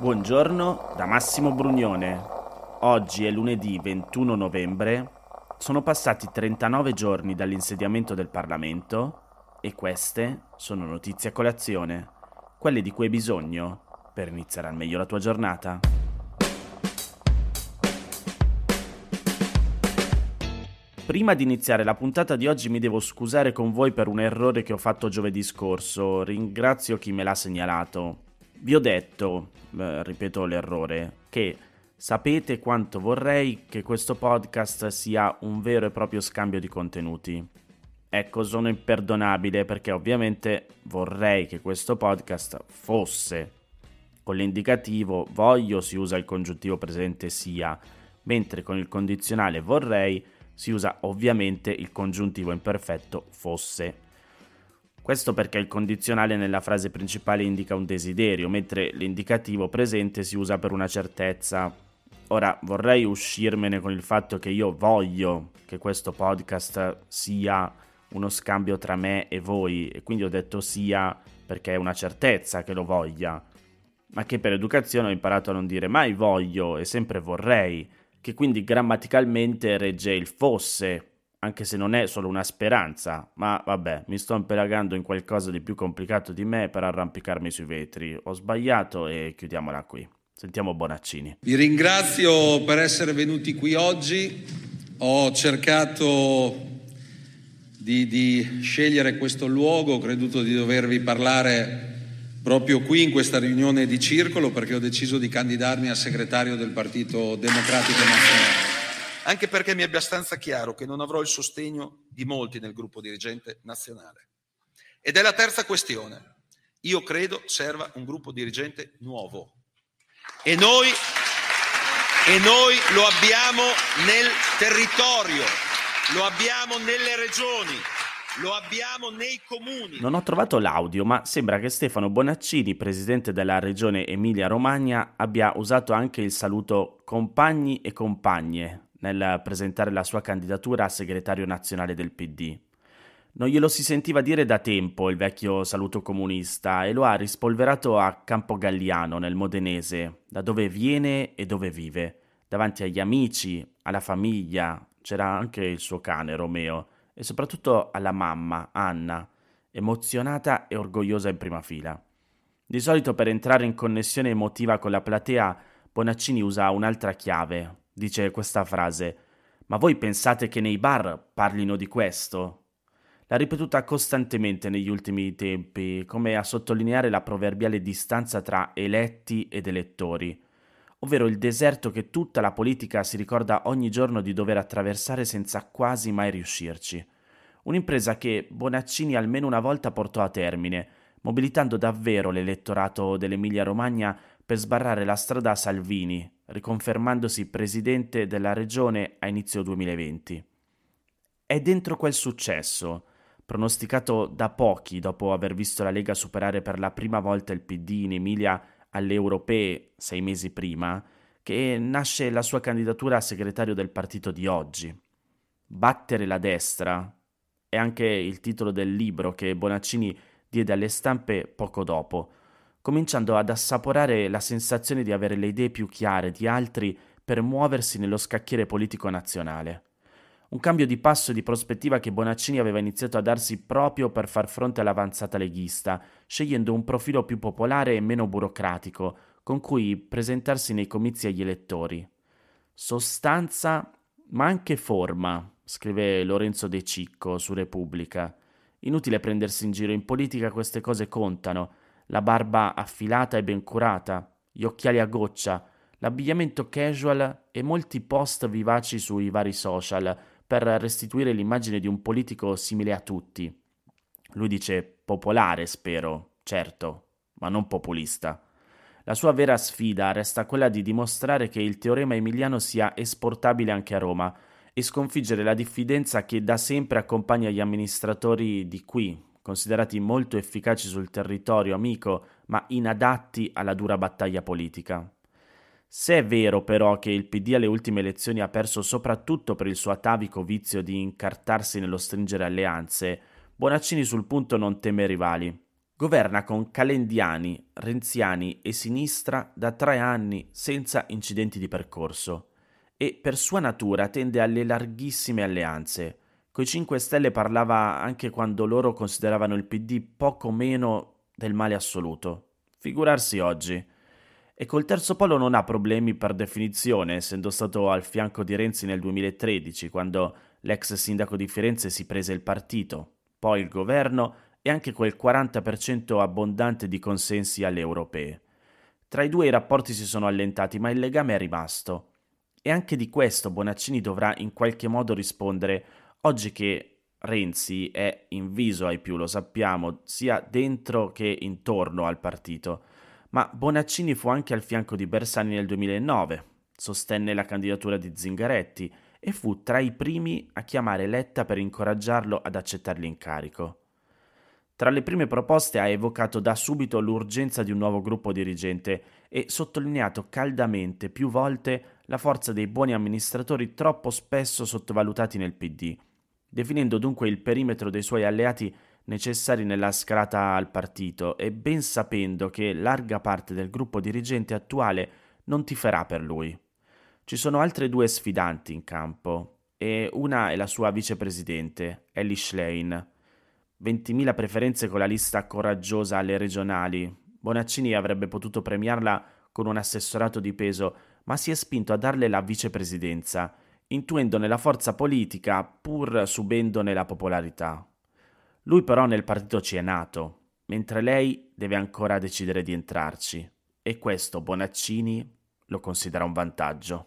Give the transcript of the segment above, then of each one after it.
Buongiorno da Massimo Brugnone. Oggi è lunedì 21 novembre, sono passati 39 giorni dall'insediamento del Parlamento e queste sono notizie a colazione, quelle di cui hai bisogno per iniziare al meglio la tua giornata. Prima di iniziare la puntata di oggi mi devo scusare con voi per un errore che ho fatto giovedì scorso, ringrazio chi me l'ha segnalato. Vi ho detto, ripeto l'errore, che sapete quanto vorrei che questo podcast sia un vero e proprio scambio di contenuti. Ecco, sono imperdonabile perché ovviamente vorrei che questo podcast fosse. Con l'indicativo voglio si usa il congiuntivo presente sia, mentre con il condizionale vorrei si usa ovviamente il congiuntivo imperfetto fosse. Questo perché il condizionale nella frase principale indica un desiderio, mentre l'indicativo presente si usa per una certezza. Ora, vorrei uscirmene con il fatto che io voglio che questo podcast sia uno scambio tra me e voi, e quindi ho detto sia perché è una certezza che lo voglia, ma che per educazione ho imparato a non dire mai voglio e sempre vorrei, che quindi grammaticalmente regge il fosse, anche se non è solo una speranza, ma vabbè, mi sto impelagando in qualcosa di più complicato di me per arrampicarmi sui vetri. Ho sbagliato e chiudiamola qui. Sentiamo Bonaccini. Vi ringrazio per essere venuti qui oggi. Ho cercato di scegliere questo luogo, ho creduto di dovervi parlare proprio qui in questa riunione di circolo perché ho deciso di candidarmi a segretario del Partito Democratico Nazionale. Anche perché mi è abbastanza chiaro che non avrò il sostegno di molti nel gruppo dirigente nazionale. Ed è la terza questione. Io credo serva un gruppo dirigente nuovo. E noi lo abbiamo nel territorio, lo abbiamo nelle regioni, lo abbiamo nei comuni. Non ho trovato l'audio, ma sembra che Stefano Bonaccini, presidente della regione Emilia-Romagna, abbia usato anche il saluto compagni e compagne nel presentare la sua candidatura a segretario nazionale del PD. Non glielo si sentiva dire da tempo il vecchio saluto comunista e lo ha rispolverato a Campogalliano, nel Modenese, da dove viene e dove vive, davanti agli amici, alla famiglia, c'era anche il suo cane Romeo, e soprattutto alla mamma, Anna, emozionata e orgogliosa in prima fila. Di solito per entrare in connessione emotiva con la platea, Bonaccini usa un'altra chiave. Dice questa frase: «Ma voi pensate che nei bar parlino di questo?» L'ha ripetuta costantemente negli ultimi tempi, come a sottolineare la proverbiale distanza tra eletti ed elettori, ovvero il deserto che tutta la politica si ricorda ogni giorno di dover attraversare senza quasi mai riuscirci. Un'impresa che Bonaccini almeno una volta portò a termine, mobilitando davvero l'elettorato dell'Emilia-Romagna per sbarrare la strada a Salvini, riconfermandosi presidente della regione a inizio 2020. È dentro quel successo, pronosticato da pochi dopo aver visto la Lega superare per la prima volta il PD in Emilia alle europee 6 mesi prima, che nasce la sua candidatura a segretario del partito di oggi. Battere la destra è anche il titolo del libro che Bonaccini diede alle stampe poco dopo, cominciando ad assaporare la sensazione di avere le idee più chiare di altri per muoversi nello scacchiere politico nazionale. Un cambio di passo e di prospettiva che Bonaccini aveva iniziato a darsi proprio per far fronte all'avanzata leghista, scegliendo un profilo più popolare e meno burocratico, con cui presentarsi nei comizi agli elettori. Sostanza, ma anche forma, scrive Lorenzo De Cicco su Repubblica. Inutile prendersi in giro, in politica queste cose contano. La barba affilata e ben curata, gli occhiali a goccia, l'abbigliamento casual e molti post vivaci sui vari social per restituire l'immagine di un politico simile a tutti. Lui dice popolare, spero, certo, ma non populista. La sua vera sfida resta quella di dimostrare che il teorema emiliano sia esportabile anche a Roma e sconfiggere la diffidenza che da sempre accompagna gli amministratori di qui, considerati molto efficaci sul territorio amico, ma inadatti alla dura battaglia politica. Se è vero però che il PD alle ultime elezioni ha perso soprattutto per il suo atavico vizio di incartarsi nello stringere alleanze, Bonaccini sul punto non teme rivali. Governa con calendiani, renziani e sinistra da 3 anni senza incidenti di percorso e per sua natura tende alle larghissime alleanze. Coi 5 Stelle parlava anche quando loro consideravano il PD poco meno del male assoluto. Figurarsi oggi. E col terzo polo non ha problemi per definizione, essendo stato al fianco di Renzi nel 2013, quando l'ex sindaco di Firenze si prese il partito, poi il governo e anche quel 40% abbondante di consensi alle europee. Tra i due i rapporti si sono allentati, ma il legame è rimasto. E anche di questo Bonaccini dovrà in qualche modo rispondere, oggi che Renzi è inviso ai più, lo sappiamo, sia dentro che intorno al partito. Ma Bonaccini fu anche al fianco di Bersani nel 2009, sostenne la candidatura di Zingaretti e fu tra i primi a chiamare Letta per incoraggiarlo ad accettare l'incarico. Tra le prime proposte ha evocato da subito l'urgenza di un nuovo gruppo dirigente e sottolineato caldamente più volte la forza dei buoni amministratori troppo spesso sottovalutati nel PD, definendo dunque il perimetro dei suoi alleati necessari nella scalata al partito e ben sapendo che larga parte del gruppo dirigente attuale non tiferà per lui. Ci sono altre 2 sfidanti in campo e una è la sua vicepresidente, Elly Schlein. 20.000 preferenze con la lista coraggiosa alle regionali. Bonaccini avrebbe potuto premiarla con un assessorato di peso, ma si è spinto a darle la vicepresidenza, intuendone la forza politica pur subendone la popolarità. Lui però nel partito ci è nato, mentre lei deve ancora decidere di entrarci, e questo Bonaccini lo considera un vantaggio.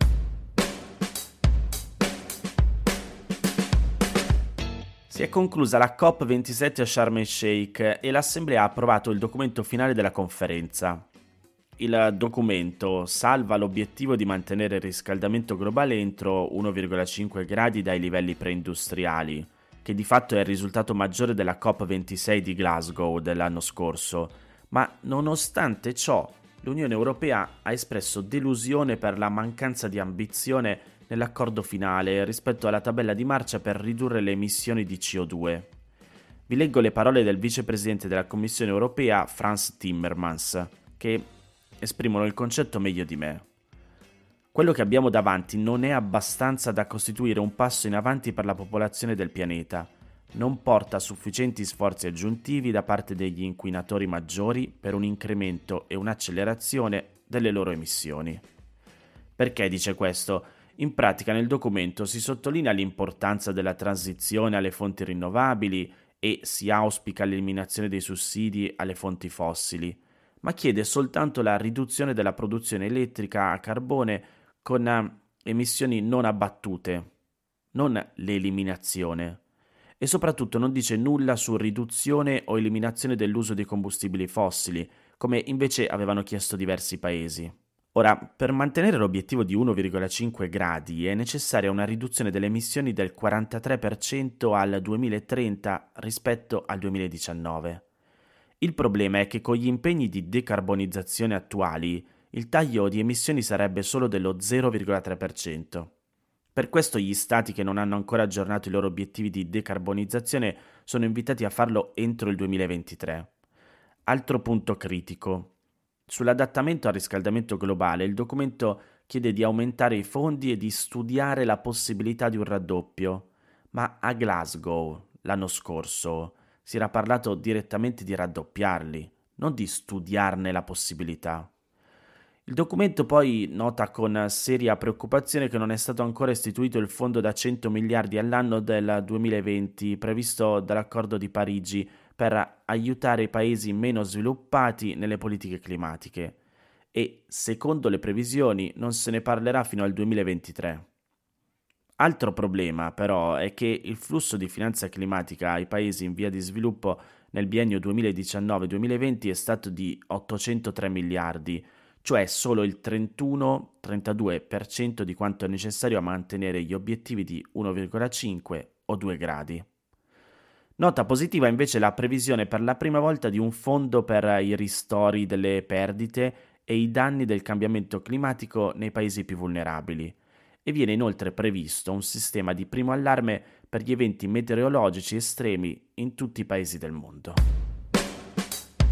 Si è conclusa la COP27 a Sharm el-Sheikh e l'Assemblea ha approvato il documento finale della conferenza. Il documento salva l'obiettivo di mantenere il riscaldamento globale entro 1,5 gradi dai livelli preindustriali, che di fatto è il risultato maggiore della COP26 di Glasgow dell'anno scorso, ma nonostante ciò l'Unione Europea ha espresso delusione per la mancanza di ambizione nell'accordo finale rispetto alla tabella di marcia per ridurre le emissioni di CO2. Vi leggo le parole del vicepresidente della Commissione Europea, Frans Timmermans, che esprimono il concetto meglio di me. Quello che abbiamo davanti non è abbastanza da costituire un passo in avanti per la popolazione del pianeta. Non porta sufficienti sforzi aggiuntivi da parte degli inquinatori maggiori per un incremento e un'accelerazione delle loro emissioni. Perché dice questo? In pratica nel documento si sottolinea l'importanza della transizione alle fonti rinnovabili e si auspica l'eliminazione dei sussidi alle fonti fossili, ma chiede soltanto la riduzione della produzione elettrica a carbone con emissioni non abbattute, non l'eliminazione. E soprattutto non dice nulla su riduzione o eliminazione dell'uso dei combustibili fossili, come invece avevano chiesto diversi paesi. Ora, per mantenere l'obiettivo di 1,5 gradi è necessaria una riduzione delle emissioni del 43% al 2030 rispetto al 2019. Il problema è che con gli impegni di decarbonizzazione attuali il taglio di emissioni sarebbe solo dello 0,3%. Per questo gli stati che non hanno ancora aggiornato i loro obiettivi di decarbonizzazione sono invitati a farlo entro il 2023. Altro punto critico. Sull'adattamento al riscaldamento globale, il documento chiede di aumentare i fondi e di studiare la possibilità di un raddoppio, ma a Glasgow, l'anno scorso, si era parlato direttamente di raddoppiarli, non di studiarne la possibilità. Il documento poi nota con seria preoccupazione che non è stato ancora istituito il fondo da 100 miliardi all'anno del 2020 previsto dall'Accordo di Parigi per aiutare i paesi meno sviluppati nelle politiche climatiche e, secondo le previsioni, non se ne parlerà fino al 2023. Altro problema, però, è che il flusso di finanza climatica ai paesi in via di sviluppo nel biennio 2019-2020 è stato di 803 miliardi, cioè solo il 31-32% di quanto è necessario a mantenere gli obiettivi di 1,5 o 2 gradi. Nota positiva invece la previsione per la prima volta di un fondo per i ristori delle perdite e i danni del cambiamento climatico nei paesi più vulnerabili e viene inoltre previsto un sistema di primo allarme per gli eventi meteorologici estremi in tutti i paesi del mondo.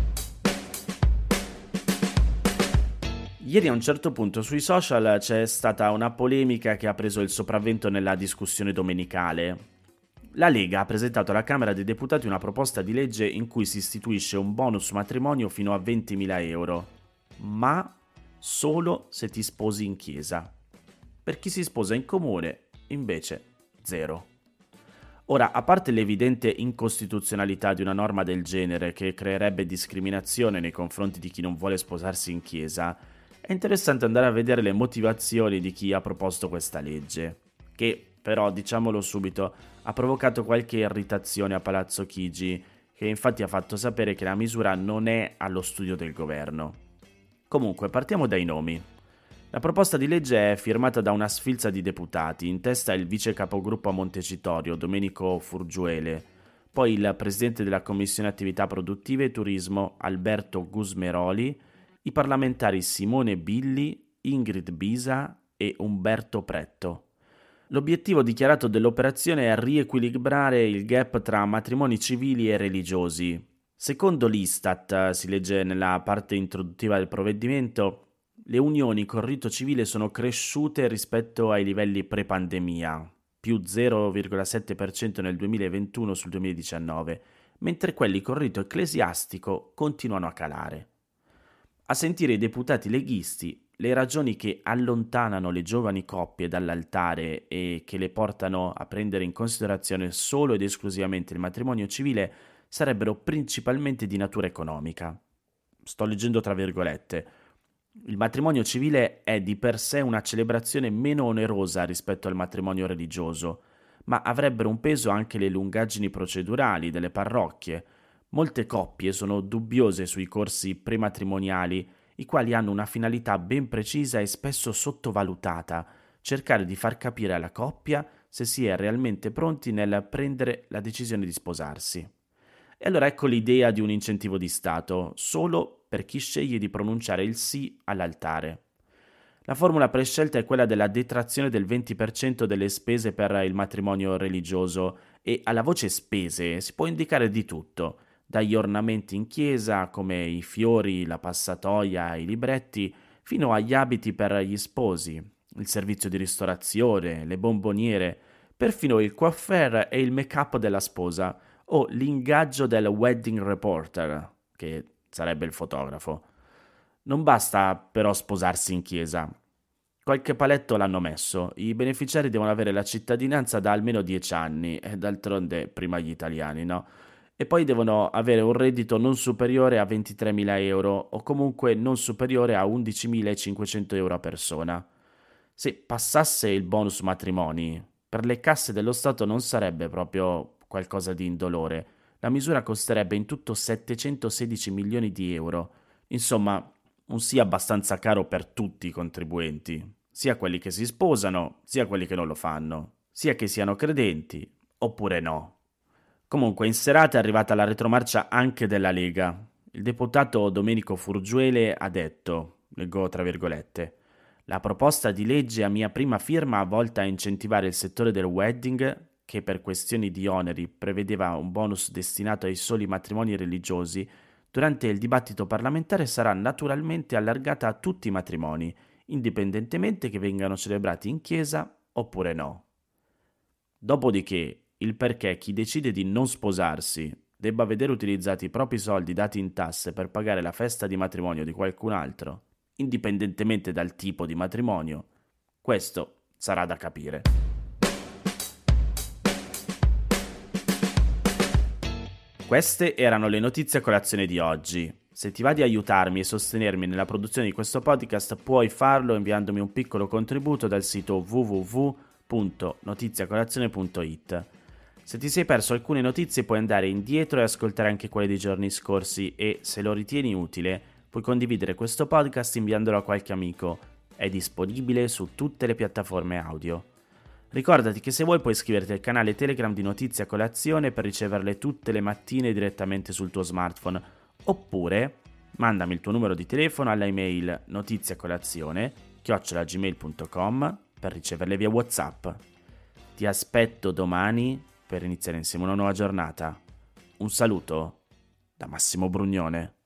Ieri a un certo punto sui social c'è stata una polemica che ha preso il sopravvento nella discussione domenicale. La Lega ha presentato alla Camera dei Deputati una proposta di legge in cui si istituisce un bonus matrimonio fino a 20.000 euro, ma solo se ti sposi in chiesa. Per chi si sposa in comune, invece, zero. Ora, a parte l'evidente incostituzionalità di una norma del genere che creerebbe discriminazione nei confronti di chi non vuole sposarsi in chiesa, è interessante andare a vedere le motivazioni di chi ha proposto questa legge, che però, diciamolo subito, ha provocato qualche irritazione a Palazzo Chigi, che infatti ha fatto sapere che la misura non è allo studio del governo. Comunque, partiamo dai nomi. La proposta di legge è firmata da una sfilza di deputati, in testa il vice capogruppo a Montecitorio, Domenico Furgiuele, poi il presidente della Commissione Attività Produttive e Turismo, Alberto Gusmeroli, i parlamentari Simone Billi, Ingrid Bisa e Umberto Pretto. L'obiettivo dichiarato dell'operazione è riequilibrare il gap tra matrimoni civili e religiosi. Secondo l'Istat, si legge nella parte introduttiva del provvedimento, le unioni con rito civile sono cresciute rispetto ai livelli pre-pandemia, più 0,7% nel 2021 sul 2019, mentre quelli con rito ecclesiastico continuano a calare. A sentire i deputati leghisti, le ragioni che allontanano le giovani coppie dall'altare e che le portano a prendere in considerazione solo ed esclusivamente il matrimonio civile sarebbero principalmente di natura economica. Sto leggendo tra virgolette. Il matrimonio civile è di per sé una celebrazione meno onerosa rispetto al matrimonio religioso, ma avrebbero un peso anche le lungaggini procedurali delle parrocchie. Molte coppie sono dubbiose sui corsi prematrimoniali, i quali hanno una finalità ben precisa e spesso sottovalutata, cercare di far capire alla coppia se si è realmente pronti nel prendere la decisione di sposarsi. E allora ecco l'idea di un incentivo di Stato, solo per chi sceglie di pronunciare il sì all'altare. La formula prescelta è quella della detrazione del 20% delle spese per il matrimonio religioso e alla voce spese si può indicare di tutto, dagli ornamenti in chiesa come i fiori, la passatoia, i libretti, fino agli abiti per gli sposi, il servizio di ristorazione, le bomboniere, perfino il coiffeur e il make-up della sposa o l'ingaggio del wedding reporter, che sarebbe il fotografo. Non basta però sposarsi in chiesa. Qualche paletto l'hanno messo, i beneficiari devono avere la cittadinanza da almeno 10 anni, e d'altronde prima gli italiani, no? E poi devono avere un reddito non superiore a 23.000 euro o comunque non superiore a 11.500 euro a persona. Se passasse il bonus matrimoni, per le casse dello Stato non sarebbe proprio qualcosa di indolore. La misura costerebbe in tutto 716 milioni di euro. Insomma, un sì abbastanza caro per tutti i contribuenti, sia quelli che si sposano, sia quelli che non lo fanno, sia che siano credenti oppure no. Comunque in serata è arrivata la retromarcia anche della Lega. Il deputato Domenico Furgiuele ha detto, leggo tra virgolette, la proposta di legge a mia prima firma volta a incentivare il settore del wedding, che per questioni di oneri prevedeva un bonus destinato ai soli matrimoni religiosi, durante il dibattito parlamentare sarà naturalmente allargata a tutti i matrimoni, indipendentemente che vengano celebrati in chiesa oppure no. Dopodiché, il perché chi decide di non sposarsi debba vedere utilizzati i propri soldi dati in tasse per pagare la festa di matrimonio di qualcun altro, indipendentemente dal tipo di matrimonio, questo sarà da capire. Queste erano le notizie a colazione di oggi. Se ti va di aiutarmi e sostenermi nella produzione di questo podcast, puoi farlo inviandomi un piccolo contributo dal sito www.notiziacolazione.it. Se ti sei perso alcune notizie puoi andare indietro e ascoltare anche quelle dei giorni scorsi e, se lo ritieni utile, puoi condividere questo podcast inviandolo a qualche amico. È disponibile su tutte le piattaforme audio. Ricordati che se vuoi puoi iscriverti al canale Telegram di Notizie a Colazione per riceverle tutte le mattine direttamente sul tuo smartphone, oppure mandami il tuo numero di telefono alla email notiziacolazione@gmail.com per riceverle via WhatsApp. Ti aspetto domani per iniziare insieme una nuova giornata. Un saluto da Massimo Brugnone.